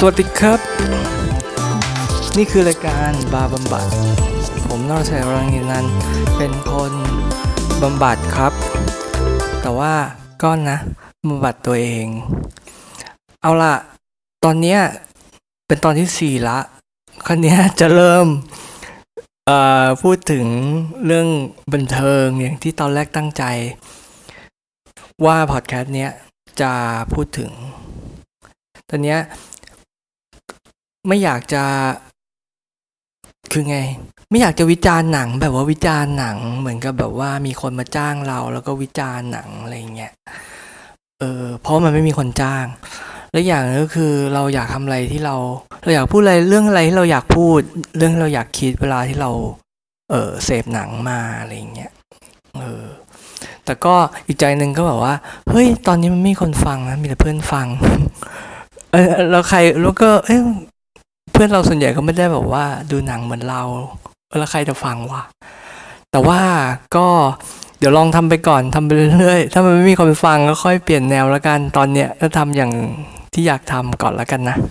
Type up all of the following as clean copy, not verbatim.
สวัสดีครับนี่คือรายการบาร์บำบัดผมนรชัย รังนินันท์เป็นคนบำบัดครับแต่ว่าก็นะบำบัดตัวเองเอาล่ะตอนเนี้ยเป็นตอนที่4ละครั้งนี้จะเริ่มพูดถึงเรื่องบันเทิงอย่างที่ตอนแรกตั้งใจว่าพอดแคสต์เนี้ยจะพูดถึงตอนเนี้ยไม่อยากจะคือไงไม่อยากจะวิจารณ์หนังแบบว่าวิจารณ์หนังเหมือนกับแบบว่ามีคนมาจ้างเราแล้วก็วิจารณ์หนังอะไรเงี้ยเพราะมันไม่มีคนจ้างและอย่างนึงก็คือเราอยากทำอะไรที่เราอยากพูดอะไรเรื่องอะไรที่เราอยากพูดเรื่องที่เราอยากคิดเวลาที่เราเสพหนังมาอะไรเงี้ยแต่ก็อีกใจนึงก็แบบว่าเฮ้ยตอนนี้มันไม่มีคนฟังนะมีแต่เพื่อนฟังแล้วใครแล้วก็เพื่อนเราส่วนใหญ่ก็ไม่ได้แบบว่าดูหนังเหมือนเราแล้วใครจะฟังวะแต่ว่าก็เดี๋ยวลองทำไปก่อนทำไปเรื่อยๆถ้ามันไม่มีคนฟังก็ค่อยเปลี่ยนแนวแล้วกันตอนเนี้ยก็ทำอย่างที่อยากทำก่อนแล้วกันนะ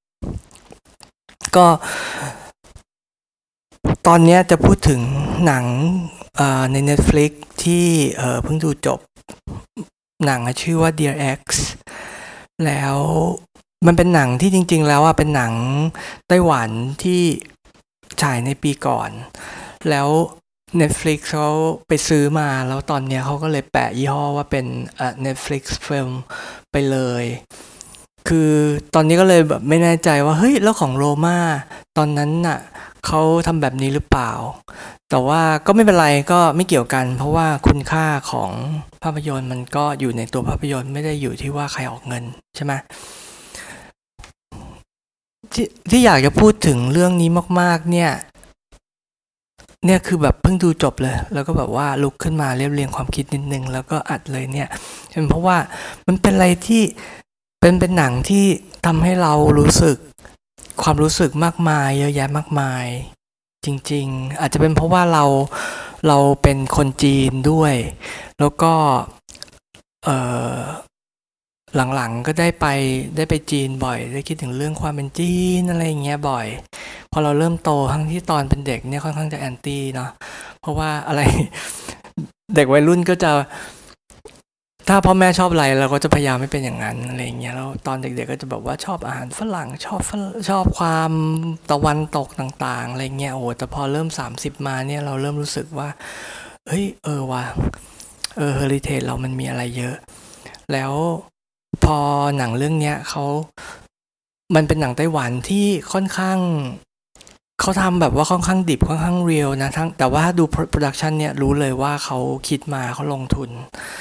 ก็ตอนนี้จะพูดถึงหนังใน Netflix ที่เพิ่งดูจบหนังชื่อว่า Dear X แล้วมันเป็นหนังที่จริงๆแล้วเป็นหนังไต้หวันที่ฉายในปีก่อนแล้ว Netflix เขาไปซื้อมาแล้วตอนนี้เขาก็เลยแปะยี่ห้อว่าเป็นNetflix Film ไปเลยคือตอนนี้ก็เลยแบบไม่แน่ใจว่าเฮ้ยแล้วของโรม่าตอนนั้นน่ะเขาทำแบบนี้หรือเปล่าแต่ว่าก็ไม่เป็นไรก็ไม่เกี่ยวกันเพราะว่าคุณค่าของภาพยนตร์มันก็อยู่ในตัวภาพยนตร์ไม่ได้อยู่ที่ว่าใครออกเงินใช่ไหมที่อยากจะพูดถึงเรื่องนี้มากๆเนี่ยคือแบบเพิ่งดูจบเลยแล้วก็แบบว่าลุกขึ้นมาเรียบเรียงความคิดนิดนึงแล้วก็อัดเลยเนี่ยเป็นเพราะว่ามันเป็นอะไรที่เป็นหนังที่ทำให้เรารู้สึกความรู้สึกมากมายเยอะแยะมากมายจริงๆอาจจะเป็นเพราะว่าเราเป็นคนจีนด้วยแล้วก็หลังๆก็ได้ไปจีนบ่อยได้คิดถึงเรื่องความเป็นจีนอะไรอย่างเงี้ยบ่อยพอเราเริ่มโตทั้งที่ตอนเป็นเด็กเนี่ยค่อนข้างจะแอนตี้เนาะเพราะว่าอะไรเด็กวัยรุ่นก็จะถ้าพ่อแม่ชอบอะไรเราก็จะพยายามไม่เป็นอย่างนั้นอะไรอย่างเงี้ยแล้วตอนเด็กๆก็จะแบบว่าชอบอาหารฝรั่งชอบความตะวันตกต่างๆอะไรเงี้ยโอ้แต่พอเริ่ม30มาเนี่ยเราเริ่มรู้สึกว่าเฮ้ยว่ะเฮอริเทจเรามันมีอะไรเยอะแล้วพอหนังเรื่องเนี้ยมันเป็นหนังไต้หวันที่ค่อนข้างเขาทำแบบว่าค่อนข้างดิบค่อนข้างเรียลนะแต่ว่าดูโปรดักชันเนี่ยรู้เลยว่าเขาคิดมาเขาลงทุน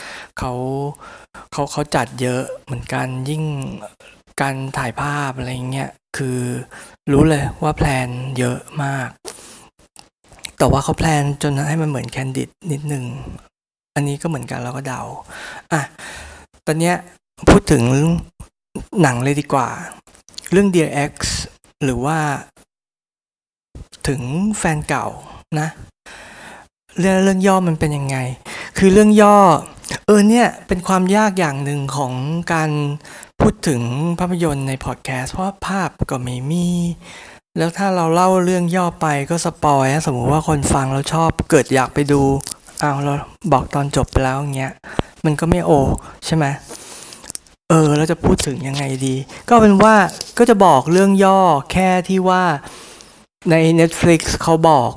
เขาจัดเยอะเหมือนกันยิ่งการถ่ายภาพอะไรเงี้ยคือรู้เลยว่าแพลนเยอะมากแต่ว่าเขาแพลนจนให้มันเหมือนแคนดิดนิดนึงอันนี้ก็เหมือนกันเราก็เดาตอนเนี้ยพูดถึงหนังเลยดีกว่าเรื่อง Dear X หรือว่าถึงแฟนเก่านะเรื่องย่อมันเป็นยังไงคือเรื่องย่อเนี่ยเป็นความยากอย่างหนึ่งของการพูดถึงภาพยนตร์ในพอดแคสต์เพราะภาพก็ไม่มีแล้วถ้าเราเล่าเรื่องย่อไปก็สปอยสมมติว่าคนฟังแล้วชอบเกิดอยากไปดูเราบอกตอนจบไปแล้วอย่างเงี้ยมันก็ไม่ใช่ไหมเราจะพูดถึงยังไงดีก็เป็นว่าก็จะบอกเรื่องย่อแค่ที่ว่าใน Netflix เขาบอก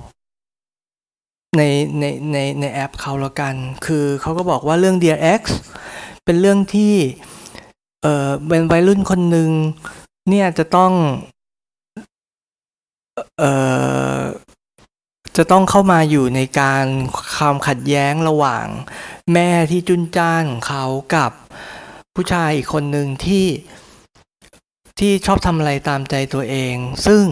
ในแอปเขาแล้วกันคือเขาก็บอกว่าเรื่อง Dear X เป็นเรื่องที่เป็นวัยรุ่นคนหนึ่งเนี่ยจะต้องเข้ามาอยู่ในการความขัดแย้งระหว่างแม่ที่จุนจ้านเขากับผู้ชายอีกคนหนึ่งที่ชอบทำอะไรตามใจตัวเองซึ่ง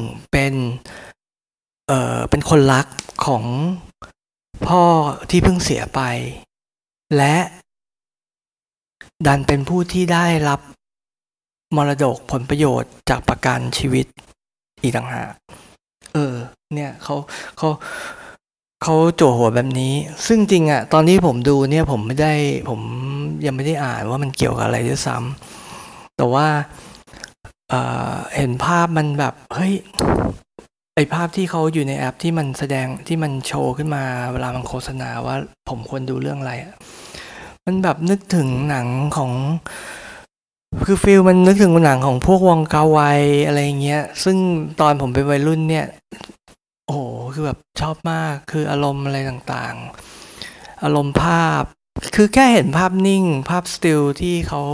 เป็นคนรักของพ่อที่เพิ่งเสียไปและดันเป็นผู้ที่ได้รับมรดกผลประโยชน์จากประกันชีวิตอีกต่างหากเนี่ยเขาโจหัวแบบนี้ซึ่งจริงตอนที่ผมดูเนี่ยผมยังไม่ได้อ่านว่ามันเกี่ยวกับอะไรด้วยซ้ำแต่ว่าเห็นภาพมันแบบเฮ้ยไอภาพที่เขาอยู่ในแอปที่มันแสดงที่มันโชว์ขึ้นมาเวลามันโฆษณาว่าผมควรดูเรื่องอะไรมันแบบนึกถึงหนังของคือฟิลมันนึกถึงหนังของพวกวองกาไวอะไรเงี้ยซึ่งตอนผมเป็นวัยรุ่นเนี่ยโอ้โหคือแบบชอบมากคืออารมณ์อะไรต่างๆอารมณ์ภาพคือแค่เห็นภาพนิ่งภาพสติลที่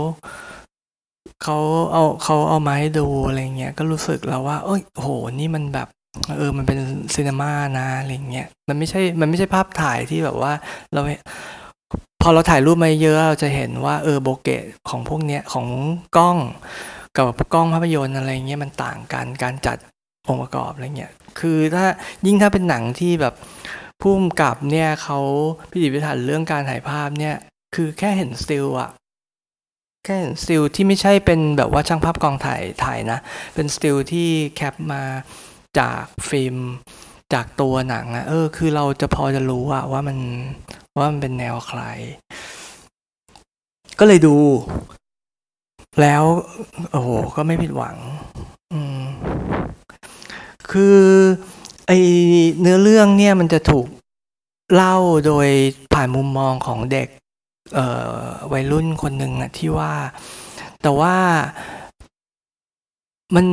เขาเอามาให้ดูอะไรเงี้ยก็รู้สึกแล้วว่าเอ้ยโหนี่มันแบบมันเป็นซีนีมานะอะไรเงี้ยมันไม่ใช่ภาพถ่ายที่แบบว่าเราพอเราถ่ายรูปมาเยอะเราจะเห็นว่าโบเกะของพวกเนี้ยของกล้องกับกล้องภาพยนตร์อะไรเงี้ยมันต่างกันการจัดองค์ประกอบอะไรเงี้ยคือถ้าเป็นหนังที่แบบผู้กำกับเนี่ยเขาพิถีพิถันเรื่องการถ่ายภาพเนี่ยคือแค่เห็นสติลอะ แค่สติลที่ไม่ใช่เป็นแบบว่าช่างภาพกองถ่ายนะเป็นสติลที่แคปมาจากฟิล์มจากตัวหนังอะคือเราจะพอจะรู้อะว่ามันเป็นแนวใครก็เลยดูแล้วโอ้โหก็ไม่ผิดหวังอืมคือไอเนื้อเรื่องเนี่ยมันจะถูกเล่าโดยผ่านมุมมองของเด็กวัยรุ่นคนหนึ่งอะที่ว่าแต่ว่ามัน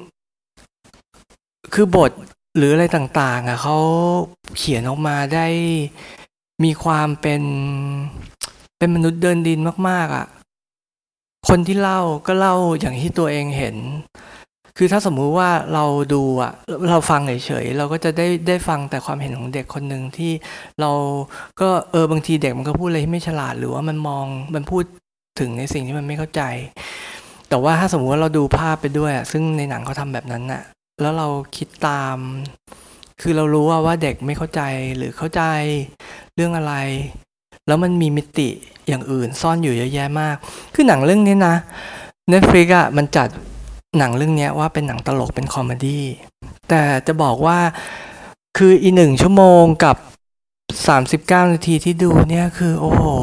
คือบทหรืออะไรต่างๆอะเขาเขียนออกมาได้มีความเป็นมนุษย์เดินดินมากๆอะคนที่เล่าก็เล่าอย่างที่ตัวเองเห็นคือถ้าสมมุติว่าเราดูอะเราฟังเฉยๆเราก็จะได้ฟังแต่ความเห็นของเด็กคนหนึ่งที่เราก็บางทีเด็กมันก็พูดอะไรที่ไม่ฉลาดหรือว่ามันพูดถึงในสิ่งที่มันไม่เข้าใจแต่ว่าถ้าสมมุติว่าเราดูภาพไปด้วยซึ่งในหนังเขาทำแบบนั้นน่ะแล้วเราคิดตามคือเรารู้ว่าเด็กไม่เข้าใจหรือเข้าใจเรื่องอะไรแล้วมันมีมิติอย่างอื่นซ่อนอยู่เยอะแยะมากคือหนังเรื่องนี้นะ Netflix อ่ะมันจัดหนังเรื่องนี้ว่าเป็นหนังตลกเป็นคอมเมดี้แต่จะบอกว่าคืออี1 ชั่วโมงกับ39 นาทีที่ดูเนี่ยคือโอ้โห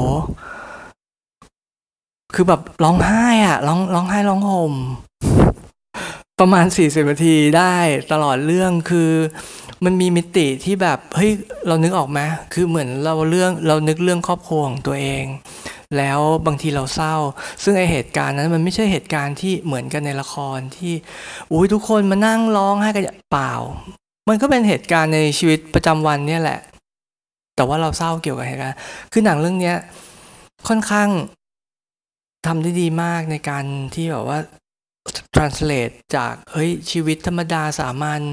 คือแบบร้องไห้อ่ะร้องไห้ร้องห่มประมาณ40 นาทีได้ตลอดเรื่องคือมันมีมิติที่แบบเฮ้ยเรานึกออกไหมคือเหมือนเรานึกเรื่องครอบครัวของตัวเองแล้วบางทีเราเศร้าซึ่งไอเหตุการณ์นั้นมันไม่ใช่เหตุการณ์ที่เหมือนกันในละครที่อุ้ยทุกคนมานั่งร้องไห้กันเปล่ามันก็เป็นเหตุการณ์ในชีวิตประจำวันเนี่ยแหละแต่ว่าเราเศร้าเกี่ยวกับเหตุการณ์คือหนังเรื่องนี้ค่อนข้างทำได้ดีมากในการที่แบบว่า translate จากชีวิตธรรมดาสามัญ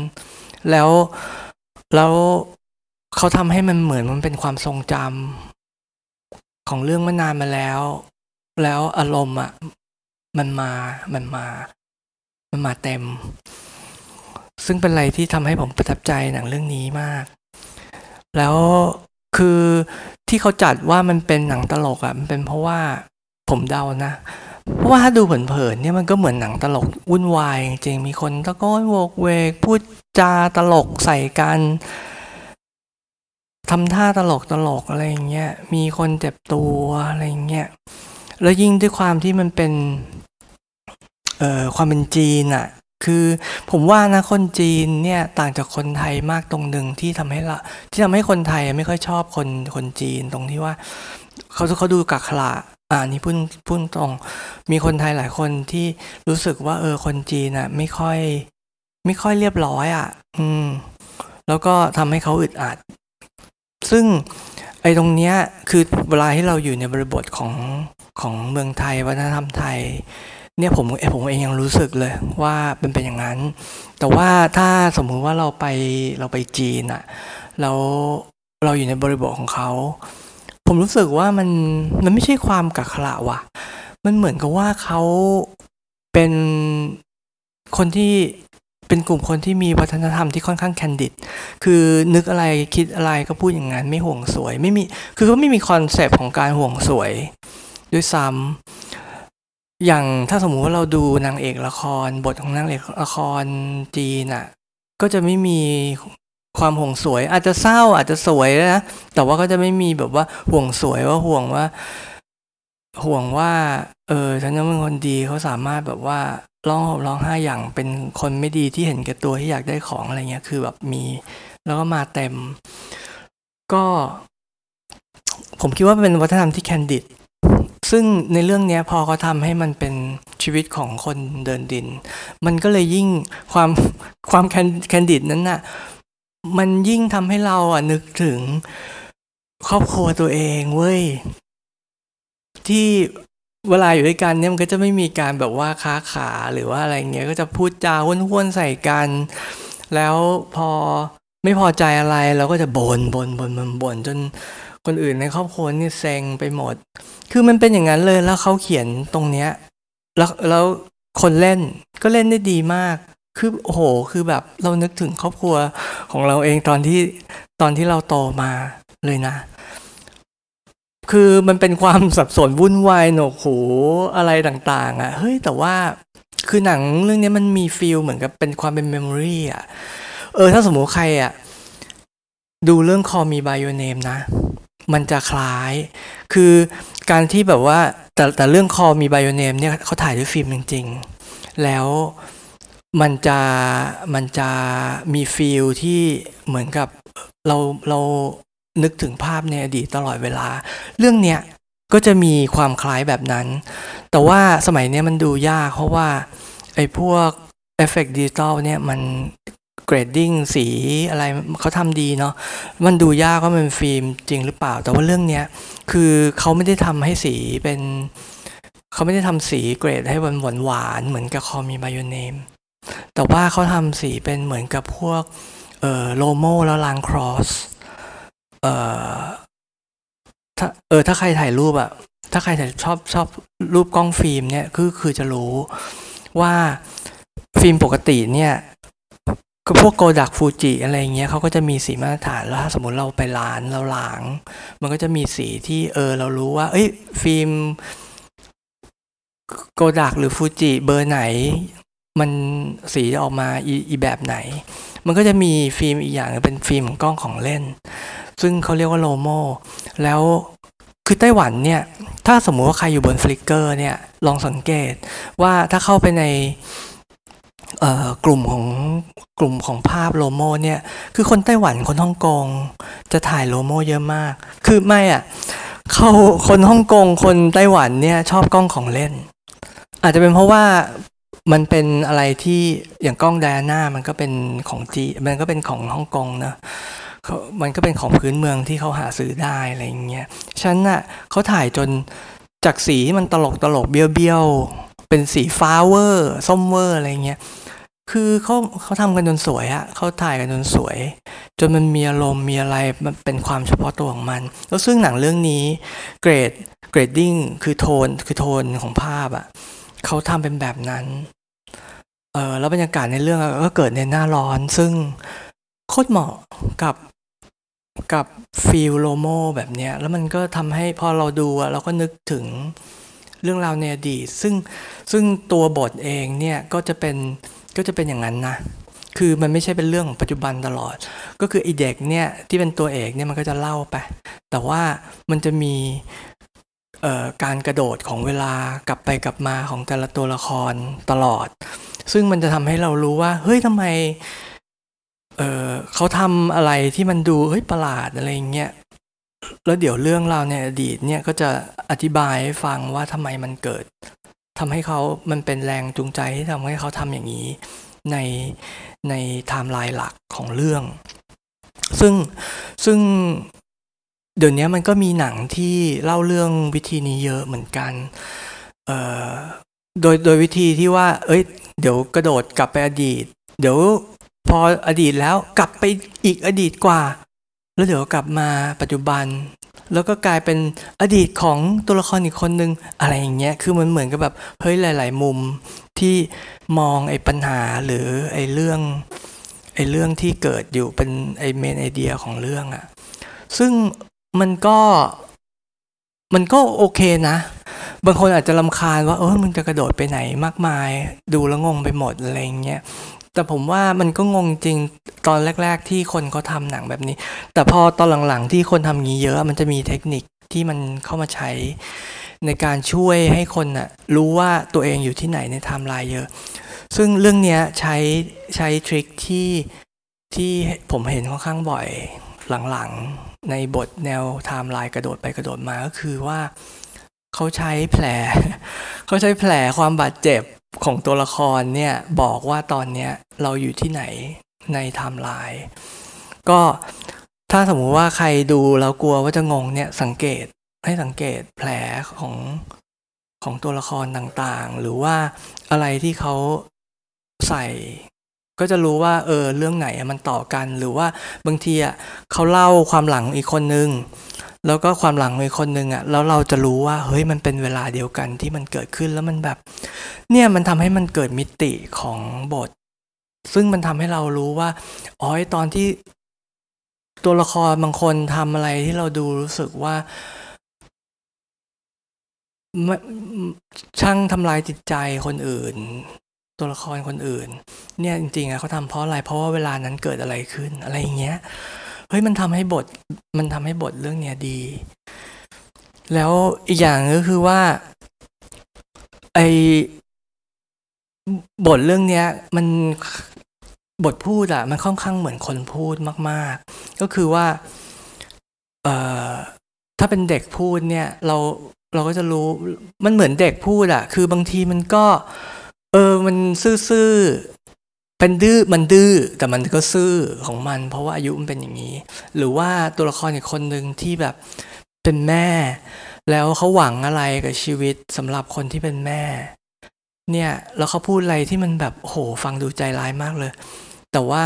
แล้วเขาทำให้มันเหมือนมันเป็นความทรงจำของเรื่องเมื่อนานมาแล้วอารมณ์อ่ะมันมาเต็มซึ่งเป็นอะไรที่ทำให้ผมประทับใจหนังเรื่องนี้มากแล้วคือที่เขาจัดว่ามันเป็นหนังตลกอ่ะมันเป็นเพราะว่าผมเดานะเพราะว่าถ้าดูเผินๆเนี่ยมันก็เหมือนหนังตลกวุ่นวายจริงๆมีคนตะโกนโวกเวกพูดจาตลกใส่กันทำท่าตลกอะไรอย่างเงี้ยมีคนเจ็บตัวอะไรอย่างเงี้ยแล้วยิ่งด้วยความที่มันเป็นความเป็นจีนอ่ะคือผมว่านะคนจีนเนี่ยต่างจากคนไทยมากตรงหนึ่งที่ทำให้คนไทยไม่ค่อยชอบคนจีนตรงที่ว่าเขาดูกักขระนี่พูดตรงมีคนไทยหลายคนที่รู้สึกว่าคนจีนอ่ะไม่ค่อยเรียบร้อยอ่ะแล้วก็ทำให้เขาอึดอัดซึ่งไอ้ตรงเนี้ยคือเวลาที่เราอยู่ในบริบทของเมืองไทยวัฒนธรรมไทยเนี่ยผมเองยังรู้สึกเลยว่าเป็นอย่างนั้นแต่ว่าถ้าสมมุติว่าเราไปจีนอ่ะแล้วเราอยู่ในบริบทของเขาผมรู้สึกว่ามันไม่ใช่ความกักขระว่ะมันเหมือนกับว่าเขาเป็นคนที่เป็นกลุ่มคนที่มีวัฒนธรรมที่ค่อนข้างแคนดิดคือนึกอะไรคิดอะไรก็พูดอย่างนั้นไม่ห่วงสวยไม่มีคือเขาไม่มีคอนเซปต์ของการห่วงสวยด้วยซ้ำอย่างถ้าสมมุติว่าเราดูนางเอกละครบทของนางเอกละครจีนอ่ะก็จะไม่มีความห่วงสวยอาจจะเศร้าอาจจะสวยนะแต่ว่าก็จะไม่มีแบบว่าห่วงสวยว่าห่วงว่าห่วงว่าฉันยังเป็นคนดีเขาสามารถแบบว่าร้องห่มร้องไห้อย่างเป็นคนไม่ดีที่เห็นแก่ตัวที่อยากได้ของอะไรเงี้ยคือแบบมีแล้วก็มาเต็มก็ผมคิดว่าเป็นวัฒนธรรมที่แคนดิดซึ่งในเรื่องนี้พอเขาทำให้มันเป็นชีวิตของคนเดินดินมันก็เลยยิ่งความแคนดิดนั้นน่ะมันยิ่งทำให้เรานึกถึงครอบครัวตัวเองเว้ยที่เวลาอยู่ด้วยกันเนี่ยมันก็จะไม่มีการแบบว่าค้าขาหรือว่าอะไรเงี้ยก็จะพูดจาห้วนๆใส่กันแล้วพอไม่พอใจอะไรเราก็จะบ่นจนคนอื่นในครอบครัวนี่เซ็งไปหมดคือมันเป็นอย่างนั้นเลยแล้วเขาเขียนตรงเนี้ยแล้วคนเล่นก็เล่นได้ดีมากคือโอ้โหคือแบบเรานึกถึงครอบครัวของเราเองตอนที่เราโตมาเลยนะคือมันเป็นความสับสนวุ่นวายหนวกหูอะไรต่างๆเฮ้ยแต่ว่าคือหนังเรื่องนี้มันมีฟีลเหมือนกับเป็นความเป็นเมมโมรีถ้าสมมติใครดูเรื่อง Call Me by Your Name นะมันจะคล้ายคือการที่แบบว่าแต่เรื่อง Call Me by Your Name เนี่ยเขาถ่ายด้วยฟิล์มจริงๆแล้วมันจะมีฟีลที่เหมือนกับเรานึกถึงภาพในอดีตตลอดเวลาเรื่องเนี้ยก็จะมีความคล้ายแบบนั้นแต่ว่าสมัยนี้มันดูยากเพราะว่าไอ้พวกเอฟเฟกต์ดิจิตอลเนี่ยมันเกรดดิ้งสีอะไรเขาทำดีเนาะมันดูยากว่ามันฟิล์มจริงหรือเปล่าแต่ว่าเรื่องเนี้ยคือเขาไม่ได้ทำให้สีเป็นเขาไม่ได้ทำสีเกรดให้หวานเหมือนกับ Call Me by Your Name แต่ว่าเขาทำสีเป็นเหมือนกับพวกโลโมแล้วลางครอสถ้าใครถ่ายรูปถ้าใครชอบรูปกล้องฟิล์มเนี่ยคือจะรู้ว่าฟิล์มปกติเนี่ยก็พวกโกดักฟูจิอะไรเงี้ยเขาก็จะมีสีมาตรฐานแล้วถ้าสมมติเราไปร้านเราล้างมันก็จะมีสีที่เรารู้ว่าฟิล์มโกดักหรือฟูจิเบอร์ไหนมันสีออกมาอีแบบไหนมันก็จะมีฟิล์มอีกอย่างเป็นฟิล์มของกล้องของเล่นซึ่งเขาเรียกว่าโลโมแล้วคือไต้หวันเนี่ยถ้าสมมุติว่าใครอยู่บนฟลิกเกอร์เนี่ยลองสังเกตว่าถ้าเข้าไปในกลุ่มของภาพโลโมเนี่ยคือคนไต้หวันคนฮ่องกงจะถ่ายโลโมเยอะมากคือไม่เขาคนฮ่องกงคนไต้หวันเนี่ยชอบกล้องของเล่นอาจจะเป็นเพราะว่ามันเป็นอะไรที่อย่างกล้องไดอาน่ามันก็เป็นของมันก็เป็นของฮ่องกงนะมันก็เป็นของพื้นเมืองที่เขาหาซื้อได้อะไรอย่างเงี้ยฉะนั้นเขาถ่ายจนจากสีที่มันตลกเบี้ยวเป็นสีฟ้าเวอร์ส้มเวอร์อะไรเงี้ยคือเขาทำกันจนสวยเขาถ่ายกันจนสวยจนมันมีอารมณ์มีอะไรมันเป็นความเฉพาะตัวของมันแล้วซึ่งหนังเรื่องนี้เกรดดิ้งคือโทนของภาพเขาทำเป็นแบบนั้นแล้วบรรยากาศในเรื่องก็เกิดในหน้าร้อนซึ่งโคตรเหมาะกับฟีลโลโมแบบเนี้ยแล้วมันก็ทำให้พอเราดูเราก็นึกถึงเรื่องราวในอดีตซึ่งตัวบทเองเนี่ยก็จะเป็นอย่างนั้นนะคือมันไม่ใช่เป็นเรื่องของปัจจุบันตลอดก็คือไอเด็กเนี่ยที่เป็นตัวเอกเนี่ยมันก็จะเล่าไปแต่ว่ามันจะมีการกระโดดของเวลากลับไปกลับมาของแต่ละตัวละครตลอดซึ่งมันจะทำให้เรารู้ว่าเฮ้ยทำไมเขาทำอะไรที่มันดูประหลาดอะไรเงี้ยแล้วเดี๋ยวเรื่องราวในอดีตเนี่ยก็จะอธิบายให้ฟังว่าทำไมมันเกิดทำให้มันเป็นแรงจูงใจที่ทำให้เขาทำอย่างนี้ในไทม์ไลน์หลักของเรื่องซึ่งเดี๋ยวนี้มันก็มีหนังที่เล่าเรื่องวิธีนี้เยอะเหมือนกันโดยวิธีที่ว่าเดี๋ยวกระโดดกลับไปอดีตเดี๋ยวพออดีตแล้วกลับไปอีกอดีตกว่าแล้วเดี๋ยวกลับมาปัจจุบันแล้วก็กลายเป็นอดีตของตัวละครอีกคนนึงอะไรอย่างเงี้ยคือมันเหมือนกับแบบหลายๆมุมที่มองไอ้ปัญหาหรือไอ้เรื่องที่เกิดอยู่เป็นไอ้เมนไอเดียของเรื่องซึ่งมันก็โอเคนะบางคนอาจจะรำคาญว่ามึงจะกระโดดไปไหนมากมายดูแล้วงงไปหมดอะไรอย่างเงี้ยแต่ผมว่ามันก็งงจริงตอนแรกๆที่คนเขาทำหนังแบบนี้แต่พอตอนหลังๆที่คนทำงี้เยอะมันจะมีเทคนิคที่มันเข้ามาใช้ในการช่วยให้คนน่ะรู้ว่าตัวเองอยู่ที่ไหนในไทม์ไลน์เยอะซึ่งเรื่องนี้ใช้ทริคที่ผมเห็นค่อนข้างบ่อยหลังๆในบทแนวไทม์ไลน์กระโดดไปกระโดดมาก็คือว่าเขาใช้แผลความบาดเจ็บของตัวละครเนี่ยบอกว่าตอนเนี้ยเราอยู่ที่ไหนในไทม์ไลน์ก็ถ้าสมมุติว่าใครดูแล้วกลัวว่าจะงงเนี่ยสังเกตแผลของตัวละครต่างๆหรือว่าอะไรที่เขาใส่ก็จะรู้ว่าเรื่องไหนมันต่อกันหรือว่าบางทีเขาเล่าความหลังอีกคนนึงแล้วก็ความหลังอีกคนนึงแล้วเราจะรู้ว่าเฮ้ยมันเป็นเวลาเดียวกันที่มันเกิดขึ้นแล้วมันแบบเนี่ยมันทำให้มันเกิดมิติของบทซึ่งมันทำให้เรารู้ว่าอ๋อตอนที่ตัวละครบางคนทำอะไรที่เราดูรู้สึกว่าช่างทำลายจิตใจคนอื่นตัวละครคนอื่นเนี่ยจริงๆเขาทำเพราะอะไรเพราะว่าเวลานั้นเกิดอะไรขึ้นอะไรอย่างเงี้ยเฮ้ยมันทำให้บทเรื่องเนี้ยดีแล้วอีกอย่างก็คือว่าไอ้บทเรื่องเนี้ยมันบทพูดมันค่อนข้างเหมือนคนพูดมากๆก็คือว่าถ้าเป็นเด็กพูดเนี่ยเราก็จะรู้มันเหมือนเด็กพูดคือบางทีมันก็มันซื่อๆเป็นมันดื้อแต่มันก็ซื่อของมันเพราะว่าอายุมันเป็นอย่างนี้หรือว่าตัวละครอีกคนหนึ่งที่แบบเป็นแม่แล้วเขาหวังอะไรกับชีวิตสำหรับคนที่เป็นแม่เนี่ยแล้วเขาพูดอะไรที่มันแบบโหฟังดูใจร้ายมากเลยแต่ว่า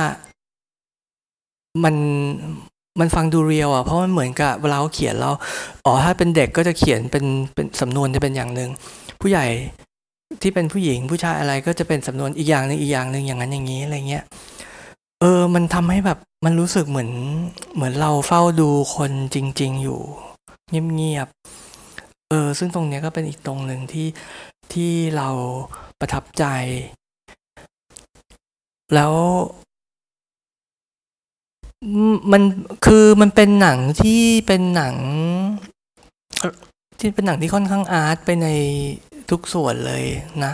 มันฟังดูเรียลเพราะมันเหมือนกับเวลาเขาเขียนแล้วถ้าเป็นเด็กก็จะเขียนเป็นสำนวนจะเป็นอย่างนึงผู้ใหญ่ที่เป็นผู้หญิงผู้ชายอะไรก็จะเป็นสำนวนอีกอย่างนึงอย่างนั้นอย่างนี้อะไรเงี้ยมันทำให้แบบมันรู้สึกเหมือนเราเฝ้าดูคนจริงๆอยู่เงียบๆซึ่งตรงเนี้ยก็เป็นอีกตรงหนึ่งที่เราประทับใจแล้วมันคือมันเป็นหนังที่เป็นหนังที่ค่อนข้างอาร์ตไปในทุกส่วนเลยนะ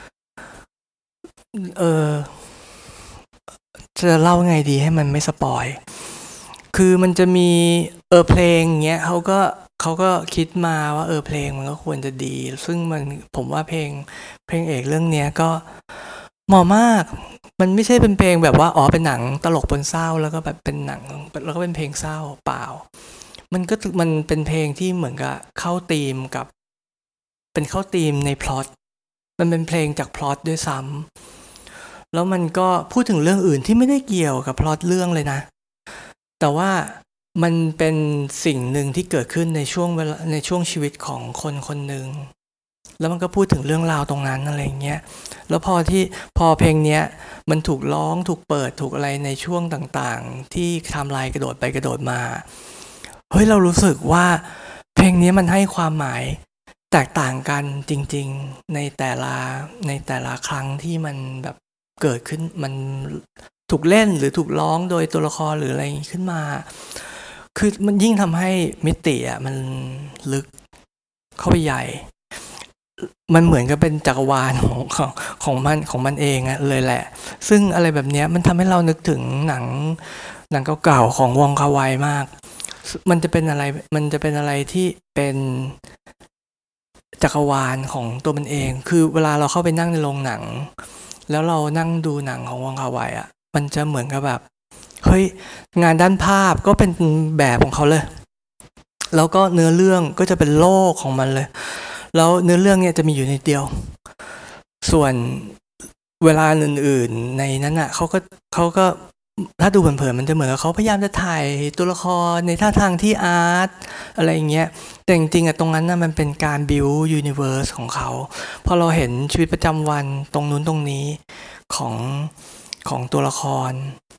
จะเล่าไงดีให้มันไม่สปอยคือมันจะมีเพลงเงี้ยเขาก็คิดมาว่าเพลงมันก็ควรจะดีซึ่งผมว่าเพลงเอกเรื่องเนี้ยก็เหมาะมากมันไม่ใช่เป็นเพลงแบบว่าเป็นหนังตลกปนเศร้าแล้วก็แบบเป็นหนังแล้วก็เป็นเพลงเศร้าเปล่ามันเป็นเพลงที่เหมือนกับเข้าธีมกับเป็นเข้าธีมในพล็อตมันเป็นเพลงจากพล็อตด้วยซ้ำแล้วมันก็พูดถึงเรื่องอื่นที่ไม่ได้เกี่ยวกับพล็อตเรื่องเลยนะแต่ว่ามันเป็นสิ่งหนึ่งที่เกิดขึ้นในช่วงชีวิตของคนคนหนึ่งแล้วมันก็พูดถึงเรื่องราวตรงนั้นอะไรเงี้ยแล้วพอเพลงเนี้ยมันถูกร้องถูกเปิดถูกอะไรในช่วงต่างๆที่ไทม์ไลน์กระโดดไปกระโดดมาเฮ้ยเรารู้สึกว่าเพลงนี้มันให้ความหมายแตกต่างกันจริงๆในแต่ละครั้งที่มันแบบเกิดขึ้นมันถูกเล่นหรือถูกร้องโดยตัวละครหรืออะไรขึ้นมาคือมันยิ่งทำให้มิติมันลึกเข้าไปใหญ่มันเหมือนกับเป็นจักรวาลของมันเองเลยแหละซึ่งอะไรแบบนี้มันทำให้เรานึกถึงหนังเก่าๆของวองคาไวมากมันจะเป็นอะไรที่เป็นจักรวาลของตัวมันเองคือเวลาเราเข้าไปนั่งในโรงหนังแล้วเรานั่งดูหนังของวองคาไวมันจะเหมือนกับแบบเฮ้ยงานด้านภาพก็เป็นแบบของเขาเลยแล้วก็เนื้อเรื่องก็จะเป็นโลกของมันเลยแล้วเนื้อเรื่องเนี่ยจะมีอยู่ในเดียวส่วนเวลาอื่นๆในนั้นเขาก็ถ้าดูเผินๆมันจะเหมือนกับเขาพยายามจะถ่ายตัวละครในท่าทางที่อาร์ตอะไรอย่างเงี้ยแต่จริงๆตรงนั้นมันเป็นการบิวยูนิเวอร์สของเขาพอเราเห็นชีวิตประจำวันตรงนู้นตรงนี้ของตัวละคร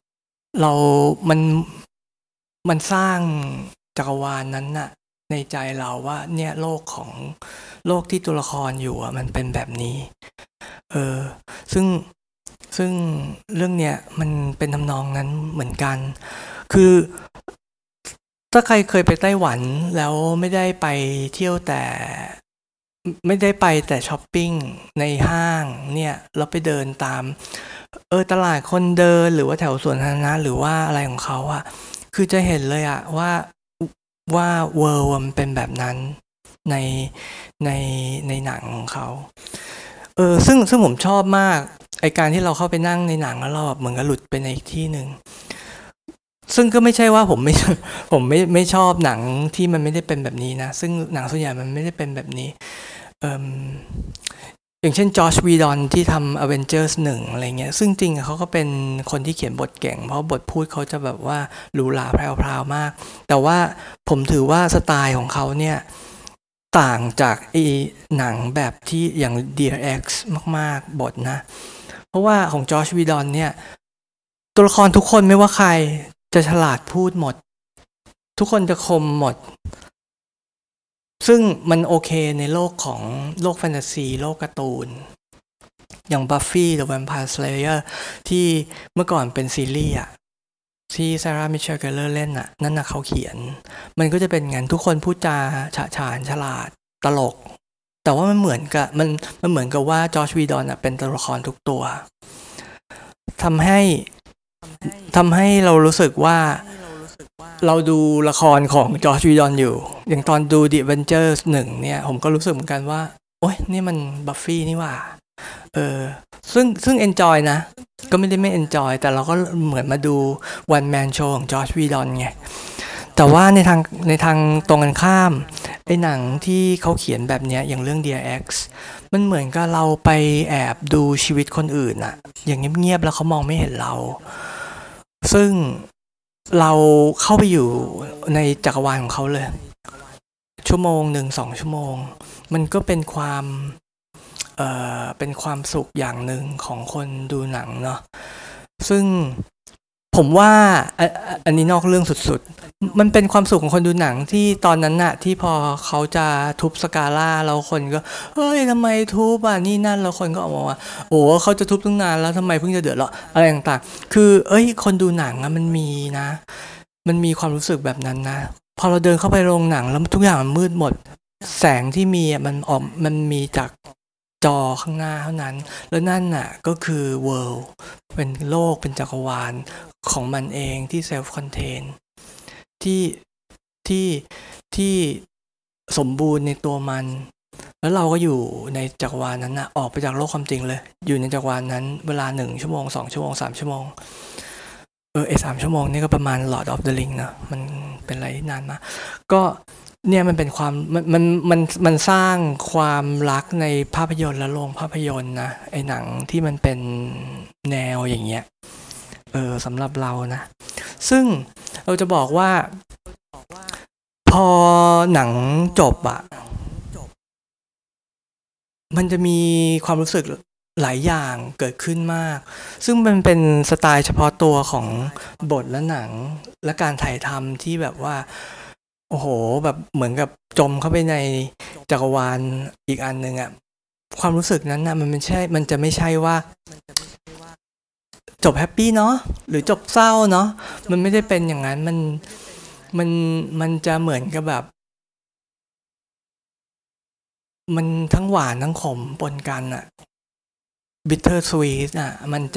มันสร้างจักรวาลนั้นในใจเราว่าเนี่ยโลกที่ตัวละครอยู่มันเป็นแบบนี้ซึ่งเรื่องเนี้ยมันเป็นทำนองนั้นเหมือนกันคือถ้าใครเคยไปไต้หวันแล้วไม่ได้ไปเที่ยวแต่ไม่ได้ไปแต่ช้อปปิ้งในห้างเนี่ยแล้วไปเดินตามตลาดคนเดินหรือว่าแถวสวนสาธารณะหรือว่าอะไรของเขาอะคือจะเห็นเลยอะว่าเวิลด์มันเป็นแบบนั้นในในในหนังของเขาซึ่งผมชอบมากไอการที่เราเข้าไปนั่งในหนังแล้วเราแบบเหมือนกับหลุดไปในอีกที่หนึ่งซึ่งก็ไม่ใช่ว่าผมไม่ชอบหนังที่มันไม่ได้เป็นแบบนี้นะซึ่งหนังส่วนใหญ่มันไม่ได้เป็นแบบนี้เอ่มอย่างเช่นจอร์จวีดอนที่ทำ Avengers 1อะไรเงี้ยซึ่งจริงเขาก็เป็นคนที่เขียนบทเก่งเพราะบทพูดเขาจะแบบว่าหรูหราแพรวๆมากแต่ว่าผมถือว่าสไตล์ของเขาเนี่ยต่างจากหนังแบบที่อย่าง Dear X มากๆบทนะเพราะว่าของจอร์จวีดอนเนี่ยตัวละครทุกคนไม่ว่าใครจะฉลาดพูดหมดทุกคนจะคมหมดซึ่งมันโอเคในโลกของโลกแฟนตาซีโลกการ์ตูนอย่าง Buffy the Vampire Slayer ที่เมื่อก่อนเป็นซีรีส์อะที่ซาร่ามิเชลเกลเลอร์เล่นอะนั่นน่ะเขาเขียนมันก็จะเป็นงั้นทุกคนพูดจาฉะฉานฉลาดตลกแต่ว่ามันเหมือนกับว่าจอร์จวีดอนอะเป็นตัวละครทุกตัวทำให้เรารู้สึกว่าเราดูละครของจอร์จวีดอนอยู่อย่างตอนดู The Avengers 1เนี่ยผมก็รู้สึกเหมือนกันว่าโอ๊ยนี่มันบัฟฟี่นี่หว่าซึ่ง enjoy นะก็ไม่ได้ไม่ enjoy แต่เราก็เหมือนมาดู one man show ของจอร์จวีดอนไงแต่ว่าในทางตรงกันข้ามไอ้หนังที่เขาเขียนแบบเนี้ยอย่างเรื่อง Dear X มันเหมือนกับเราไปแอบดูชีวิตคนอื่นอะอย่างเงียบๆแล้วเขามองไม่เห็นเราซึ่งเราเข้าไปอยู่ในจักรวาลของเขาเลยชั่วโมงหนึ่ง2 ชั่วโมงมันก็เป็นความสุขอย่างหนึ่งของคนดูหนังเนาะซึ่งผมว่าอันนี้นอกเรื่องสุดๆมันเป็นความสุขของคนดูหนังที่ตอนนั้นน่ะที่พอเขาจะทุบสกาล่าแล้วคนก็เฮ้ยทำไมทุบอ่ะนี่นั่นแล้วคนก็ออกมาว่าโอ้เขาจะทุบตั้งนานแล้วทำไมเพิ่งจะเดือดร้อนอะไรต่างๆคือคนดูหนังอะมันมีนะมันมีความรู้สึกแบบนั้นนะพอเราเดินเข้าไปโรงหนังแล้วทุกอย่างมันมืดหมดแสงที่มีมันมีจากจอข้างหน้าเท่านั้นแล้วนั่นน่ะก็คือ world เป็นโลกเป็นจักรวาลของมันเองที่ self contain ที่ที่ที่สมบูรณ์ในตัวมันแล้วเราก็อยู่ในจักรวาลนั้นนะออกไปจากโลกความจริงเลยอยู่ในจักรวาลนั้นเวลา1 ชั่วโมง2 ชั่วโมง3 ชั่วโมง3 ชั่วโมงนี่ก็ประมาณ Lord of the Ring นะมันเป็นอะไรที่นานมากก็เนี่ยมันเป็นความมันสร้างความรักในภาพยนตร์และโรงภาพยนตร์นะไอ้หนังที่มันเป็นแนวอย่างเงี้ยสำหรับเรานะซึ่งเราจะบอกว่าพอหนังจบอะมันจะมีความรู้สึกหลายอย่างเกิดขึ้นมากซึ่งมันเป็นสไตล์เฉพาะตัวของบทและหนังและการถ่ายทำที่แบบว่าโอ้โหแบบเหมือนกับจมเข้าไปในจักรวาลอีกอันหนึ่งอะความรู้สึกนั้นนะมันจะไม่ใช่ว่าจบแฮปปี้เนาะหรือจบเศร้าเนาะมันไม่ได้เป็นอย่างนั้นมันจะเหมือนกับแบบมันทั้งหวานทั้งขมปนกันอะ bitter sweet อ่ะ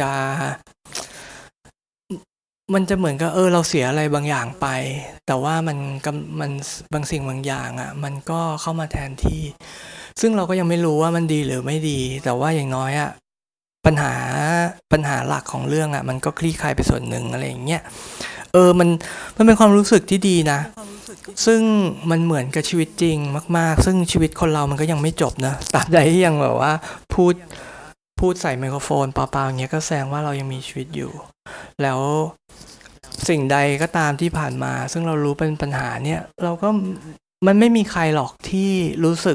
มันจะเหมือนกับเราเสียอะไรบางอย่างไปแต่ว่ามันบางสิ่งบางอย่างอ่ะมันก็เข้ามาแทนที่ซึ่งเราก็ยังไม่รู้ว่ามันดีหรือไม่ดีแต่ว่าอย่างน้อยอ่ะปัญหาหลักของเรื่องอ่ะมันก็คลี่คลายไปส่วนหนึ่งอะไรอย่างเงี้ยมันเป็นความรู้สึกที่ดีนะซึ่งมันเหมือนกับชีวิตจริงมากๆซึ่งชีวิตคนเรามันก็ยังไม่จบนะตราบใดที่ยังแบบว่าพูดใส่ไมโครโฟนเปล่าๆอย่างเงี้ยก็แสดงว่าเรายังมีชีวิตอยู่แล้วสิ่งใดก็ตามที่ผ่านมาซึ่งเรารู้เป็นปัญหาเนี่ยเราก็มันไม่มีใครหรอกที่รู้สึก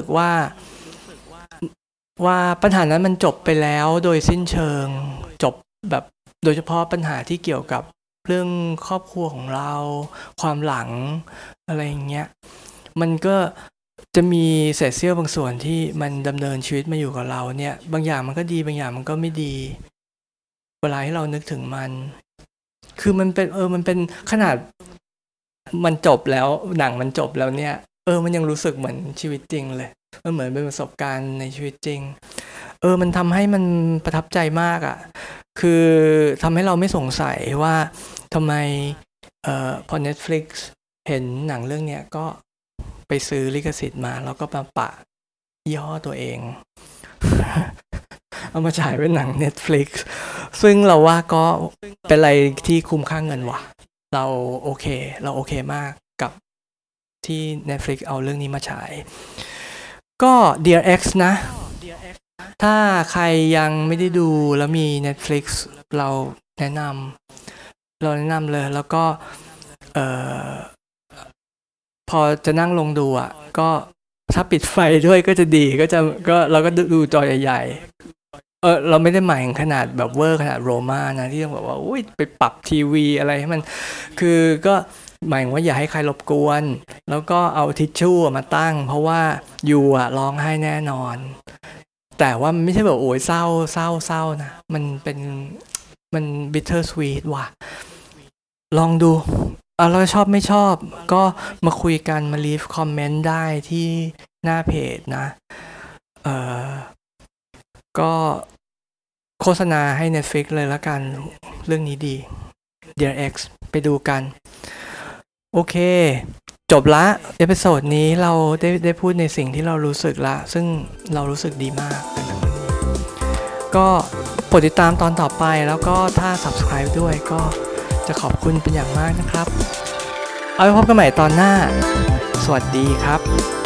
ว่าปัญหานั้นมันจบไปแล้วโดยสิ้นเชิงจบแบบโดยเฉพาะปัญหาที่เกี่ยวกับเรื่องครอบครัวของเราความหลังอะไรอย่างเงี้ยมันก็จะมีเศษเสี้ยวบางส่วนที่มันดำเนินชีวิตมาอยู่กับเราเนี่ยบางอย่างมันก็ดีบางอย่างมันก็ไม่ดีเวลาที่เรานึกถึงมันคือมันเป็นขนาดมันจบแล้วหนังมันจบแล้วเนี่ยมันยังรู้สึกเหมือนชีวิตจริงเลยมันเหมือนเป็นประสบการณ์ในชีวิตจริงมันทำให้มันประทับใจมากคือทำให้เราไม่สงสัยว่าทำไมพอ Netflix เห็นหนังเรื่องเนี้ยก็ไปซื้อลิขสิทธิ์มาแล้วก็มาปะยี่ห้อตัวเอง เอามาฉายเป็นหนัง Netflix ซึ่งเราว่าก็เป็นอะไรที่คุ้มค่าเงินว่ะเราโอเคมากกับที่ Netflix เอาเรื่องนี้มาฉายก็ Dear X นะถ้าใครยังไม่ได้ดูแล้วมี Netflix เราแนะนำเลยแล้วก็พอจะนั่งลงดูก็ถ้าปิดไฟด้วยก็จะดีก็เราก็ดูจอใหญ่ๆเราไม่ได้หมายถึงขนาดแบบเวอร์ขนาดโรม่านะที่ต้องแบบว่าอุ้ยไปปรับทีวีอะไรให้มันคือก็หมายถึงว่าอย่าให้ใครรบกวนแล้วก็เอาทิชชู่มาตั้งเพราะว่ายูร้องไห้แน่นอนแต่ว่าไม่ใช่แบบโอ้ยเศร้านะมัน bitter sweet ว่ะลองดูเราชอบไม่ชอบก็มาคุยกันมา leave comment ได้ที่หน้าเพจนะก็โฆษณาให้ Netflix เลยละกันเรื่องนี้ดี Dear X ไปดูกันโอเคจบละเอพิโซดนี้เราได้พูดในสิ่งที่เรารู้สึกละซึ่งเรารู้สึกดีมากก็โปรดติดตามตอนต่อไปแล้วก็ถ้า subscribe ด้วยก็จะขอบคุณเป็นอย่างมากนะครับเอาไว้พบกันใหม่ตอนหน้าสวัสดีครับ